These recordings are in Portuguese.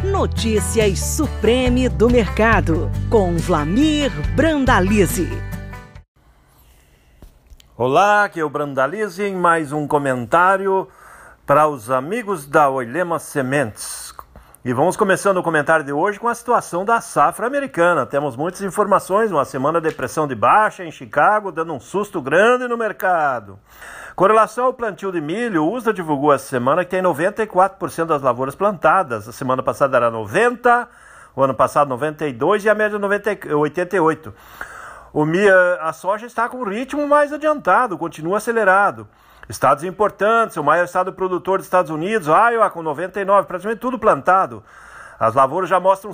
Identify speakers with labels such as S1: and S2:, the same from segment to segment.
S1: Notícias Supreme do Mercado, com Wlamir Brandalize.
S2: Olá, aqui é o Brandalize em mais um comentário para os amigos da Oilema Sementes. E vamos começando o comentário de hoje com a situação da safra americana. Temos muitas informações, uma semana de pressão de baixa em Chicago, dando um susto grande no mercado. Com relação ao plantio de milho, o USDA divulgou essa semana que tem 94% das lavouras plantadas. A semana passada era 90%, o ano passado 92% e a média 88%. A soja está com ritmo mais adiantado, continua acelerado. Estados importantes, o maior estado produtor dos Estados Unidos, Iowa com 99%, praticamente tudo plantado. As lavouras já mostram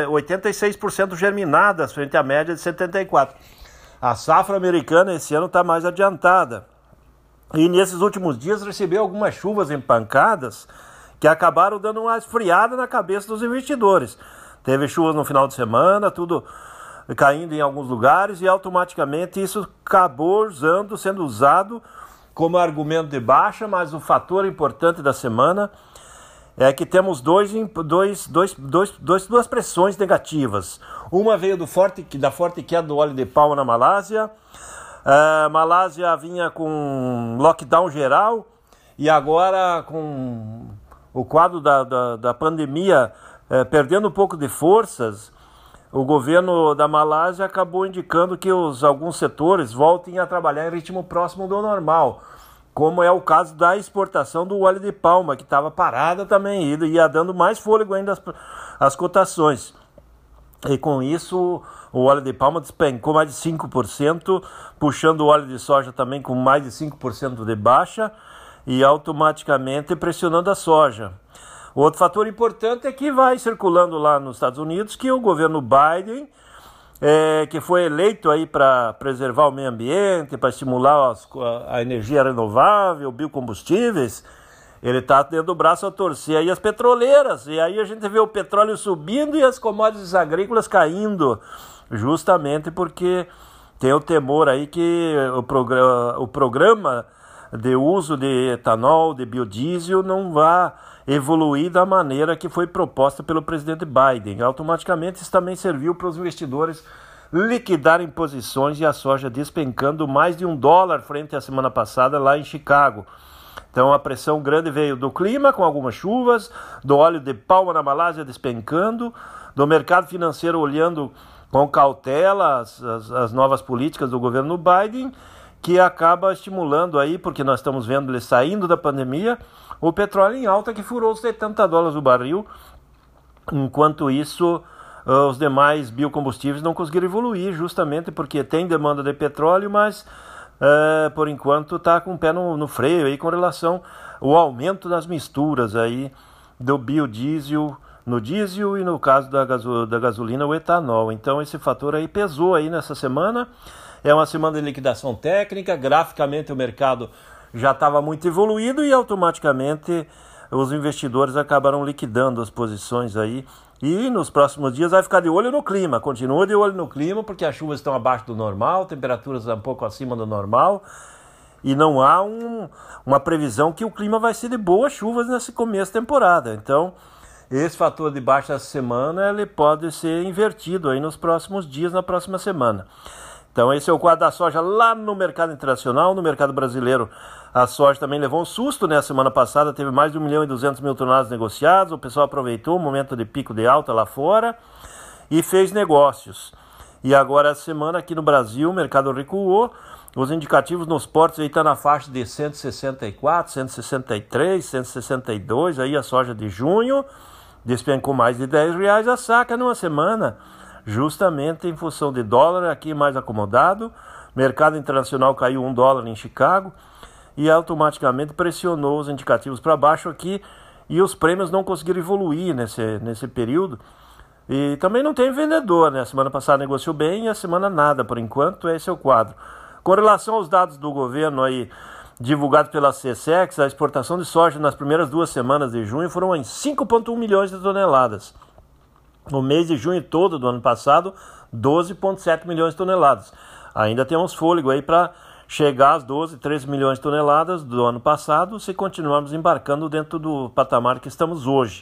S2: 86% germinadas, frente à média de 74%. A safra americana esse ano está mais adiantada. E nesses últimos dias recebeu algumas chuvas em pancadas que acabaram dando uma esfriada na cabeça dos investidores. Teve chuvas no final de semana, tudo caindo em alguns lugares e automaticamente isso acabou sendo usado como argumento de baixa, mas o fator importante da semana é que temos duas pressões negativas. Uma veio da forte queda do óleo de palma na Malásia. A Malásia vinha com lockdown geral e agora com o quadro da pandemia perdendo um pouco de forças, o governo da Malásia acabou indicando que alguns setores voltem a trabalhar em ritmo próximo do normal, como é o caso da exportação do óleo de palma, que estava parada também e ia dando mais fôlego ainda às cotações. E com isso, o óleo de palma despencou mais de 5%, puxando o óleo de soja também com mais de 5% de baixa e automaticamente pressionando a soja. Outro fator importante é que vai circulando lá nos Estados Unidos que o governo Biden, que foi eleito aí para preservar o meio ambiente, para estimular a energia renovável, biocombustíveis, ele está tendo o braço a torcer aí as petroleiras, e aí a gente vê o petróleo subindo e as commodities agrícolas caindo, justamente porque tem o temor aí que o programa de uso de etanol, de biodiesel, não vá evoluir da maneira que foi proposta pelo presidente Biden. Automaticamente isso também serviu para os investidores liquidarem posições e a soja despencando mais de $1 frente à semana passada lá em Chicago. Então a pressão grande veio do clima, com algumas chuvas, do óleo de palma na Malásia despencando, do mercado financeiro olhando com cautela as novas políticas do governo Biden, que acaba estimulando aí, porque nós estamos vendo ele saindo da pandemia, o petróleo em alta que furou os $70 o barril. Enquanto isso, os demais biocombustíveis não conseguiram evoluir, justamente porque tem demanda de petróleo, mas por enquanto está com o pé no freio aí com relação ao aumento das misturas aí do biodiesel no diesel e no caso da gasolina o etanol. Então esse fator aí pesou aí nessa semana. É uma semana de liquidação técnica, graficamente o mercado já estava muito evoluído e automaticamente os investidores acabaram liquidando as posições aí. E nos próximos dias vai ficar de olho no clima, continua de olho no clima, porque as chuvas estão abaixo do normal, temperaturas um pouco acima do normal, e não há uma previsão que o clima vai ser de boas chuvas nesse começo de temporada. Então, esse fator de baixa essa semana ele pode ser invertido aí nos próximos dias, na próxima semana. Então esse é o quadro da soja lá no mercado internacional. No mercado brasileiro, a soja também levou um susto, né? A semana passada teve mais de 1.200.000 toneladas negociadas. O pessoal aproveitou o momento de pico de alta lá fora e fez negócios. E agora essa semana aqui no Brasil o mercado recuou. Os indicativos nos portos aí estão na faixa de 164, 163, 162. Aí a soja de junho despencou mais de R$10 a saca numa semana, justamente em função de dólar aqui mais acomodado. Mercado internacional caiu $1 em Chicago e automaticamente pressionou os indicativos para baixo aqui e os prêmios não conseguiram evoluir nesse período. E também não tem vendedor, né? A semana passada negociou bem e a semana nada, por enquanto. Esse é o quadro. Com relação aos dados do governo aí, divulgados pela SECEX, a exportação de soja nas primeiras 2 semanas de junho foram em 5,1 milhões de toneladas. No mês de junho todo do ano passado, 12,7 milhões de toneladas. Ainda temos fôlego aí para chegar às 12, 13 milhões de toneladas do ano passado, se continuarmos embarcando dentro do patamar que estamos hoje.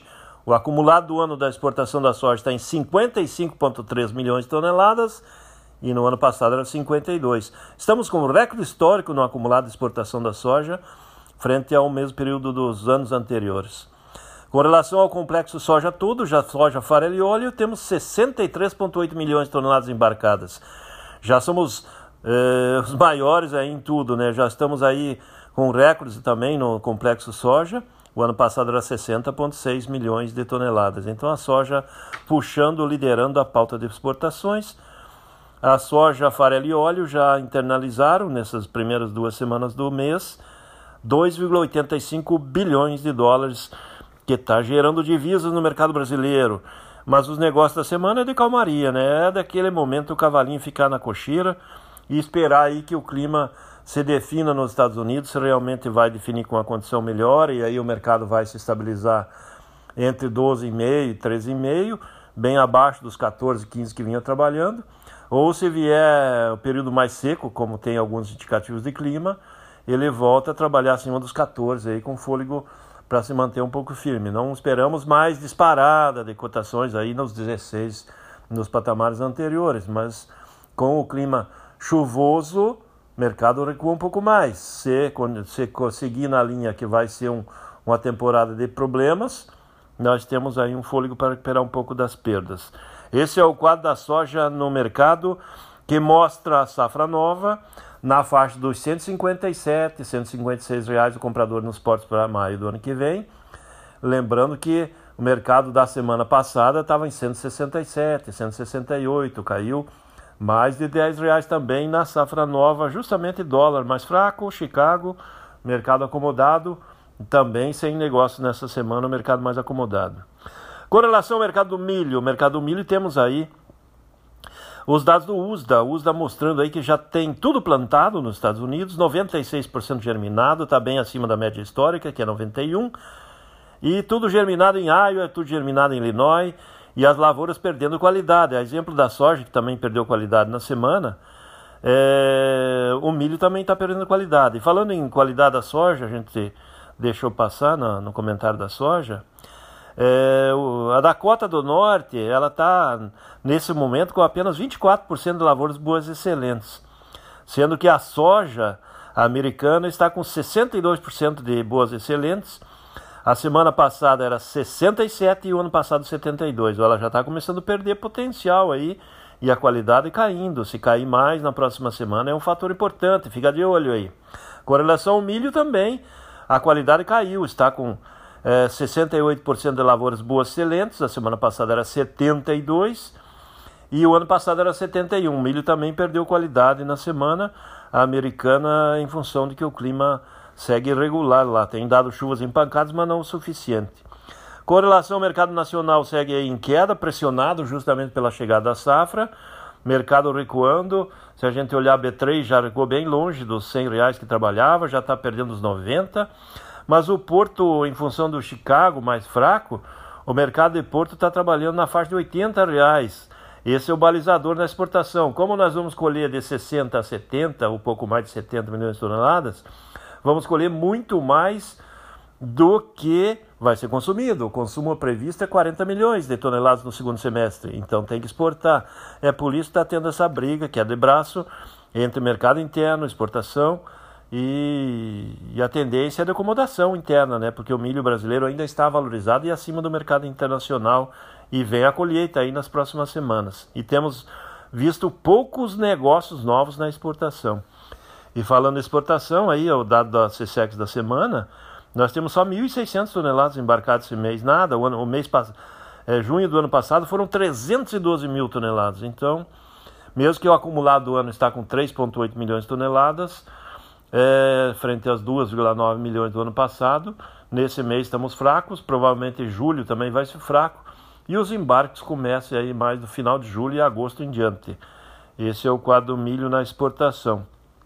S2: O acumulado do ano da exportação da soja está em 55,3 milhões de toneladas e no ano passado era 52. Estamos com um recorde histórico no acumulado de exportação da soja frente ao mesmo período dos anos anteriores. Com relação ao complexo soja tudo, já soja, farelo e óleo, temos 63,8 milhões de toneladas embarcadas. Já somos os maiores aí em tudo, né? Já estamos aí com recordes também no complexo soja. O ano passado era 60,6 milhões de toneladas. Então a soja puxando, liderando a pauta de exportações. A soja, farelo e óleo já internalizaram nessas primeiras 2 semanas do mês 2,85 bilhões de dólares, que está gerando divisas no mercado brasileiro. Mas os negócios da semana é de calmaria, né? É daquele momento o cavalinho ficar na cocheira e esperar aí que o clima se defina nos Estados Unidos, se realmente vai definir com uma condição melhor, e aí o mercado vai se estabilizar entre 12,5 e 13,5, bem abaixo dos 14, 15 que vinha trabalhando. Ou se vier o período mais seco, como tem alguns indicativos de clima, ele volta a trabalhar acima dos 14 aí, com fôlego para se manter um pouco firme. Não esperamos mais disparada de cotações aí nos 16, nos patamares anteriores, mas com o clima chuvoso, o mercado recua um pouco mais. Se conseguir na linha que vai ser uma temporada de problemas, nós temos aí um fôlego para recuperar um pouco das perdas. Esse é o quadro da soja no mercado, que mostra a safra nova na faixa dos R$ 157, R$ 156 reais o comprador nos portos para maio do ano que vem. Lembrando que o mercado da semana passada estava em 167, 168, caiu mais de R$ 10 reais também na safra nova, justamente dólar mais fraco, Chicago, mercado acomodado, também sem negócio nessa semana, o mercado mais acomodado. Com relação ao mercado do milho temos aí os dados do USDA mostrando aí que já tem tudo plantado nos Estados Unidos, 96% germinado, está bem acima da média histórica, que é 91%, e tudo germinado em Iowa, tudo germinado em Illinois, e as lavouras perdendo qualidade. A exemplo da soja, que também perdeu qualidade na semana, o milho também está perdendo qualidade. E falando em qualidade da soja, a gente deixou passar no comentário da soja, a Dakota do Norte, ela está nesse momento com apenas 24% de lavouras boas e excelentes, sendo que a soja americana está com 62% de boas e excelentes. A semana passada era 67% e o ano passado 72%. Ela já está começando a perder potencial aí e a qualidade caindo. Se cair mais na próxima semana é um fator importante, fica de olho aí. Com relação ao milho também, a qualidade caiu, está com 68% de lavouras boas excelentes, a semana passada era 72% e o ano passado era 71%. O milho também perdeu qualidade na semana americana em função de que o clima segue irregular lá, tem dado chuvas empancadas, mas não o suficiente. Com relação ao mercado nacional, segue aí em queda, pressionado justamente pela chegada da safra, mercado recuando. Se a gente olhar a B3, já recuou bem longe dos R$100 que trabalhava, já está perdendo os 90%. Mas o Porto, em função do Chicago mais fraco, o mercado de Porto está trabalhando na faixa de R$80. Esse é o balizador na exportação. Como nós vamos colher de 60 a 70, um pouco mais de 70 milhões de toneladas, vamos colher muito mais do que vai ser consumido. O consumo previsto é 40 milhões de toneladas no segundo semestre, então tem que exportar. É por isso que está tendo essa briga, que é de braço, entre mercado interno, exportação, e a tendência é de acomodação interna, né? Porque o milho brasileiro ainda está valorizado e acima do mercado internacional, e vem a colheita aí nas próximas semanas. E temos visto poucos negócios novos na exportação. E falando em exportação, aí o dado da CSEX da semana, nós temos só 1.600 toneladas embarcadas esse mês, nada. O mês junho do ano passado foram 312 mil toneladas. Então, mesmo que o acumulado do ano está com 3,8 milhões de toneladas, frente às 2,9 milhões do ano passado, nesse mês estamos fracos, provavelmente julho também vai ser fraco, e os embarques começam aí mais do final de julho e agosto em diante. Esse é o quadro do milho na exportação.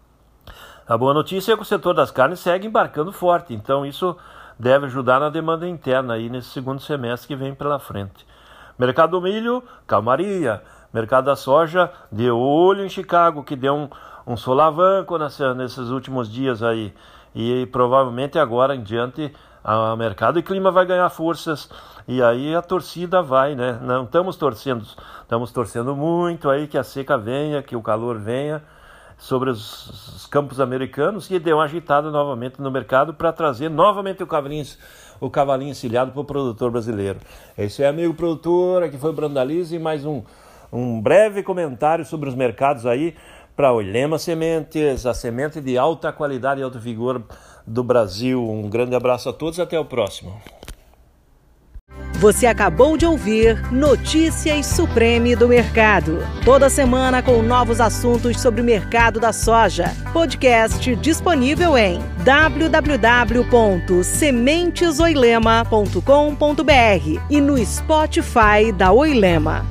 S2: A boa notícia é que o setor das carnes segue embarcando forte, então isso deve ajudar na demanda interna aí nesse segundo semestre que vem pela frente. Mercado do milho, calmaria. Mercado da soja, de olho em Chicago, que deu um solavanco nesses últimos dias aí. E provavelmente agora em diante ao mercado e o clima vai ganhar forças. E aí a torcida vai, né? Não estamos torcendo muito aí que a seca venha, que o calor venha sobre os campos americanos e dê uma agitada novamente no mercado para trazer novamente o cavalinho encilhado para o produtor brasileiro. Esse é amigo produtor, aqui foi o Brandalize e mais um breve comentário sobre os mercados aí para Oilema Sementes, a semente de alta qualidade e alto vigor do Brasil. Um grande abraço a todos e até o próximo.
S1: Você acabou de ouvir Notícias Supreme do Mercado. Toda semana com novos assuntos sobre o mercado da soja. Podcast disponível em www.sementesoilema.com.br e no Spotify da Oilema.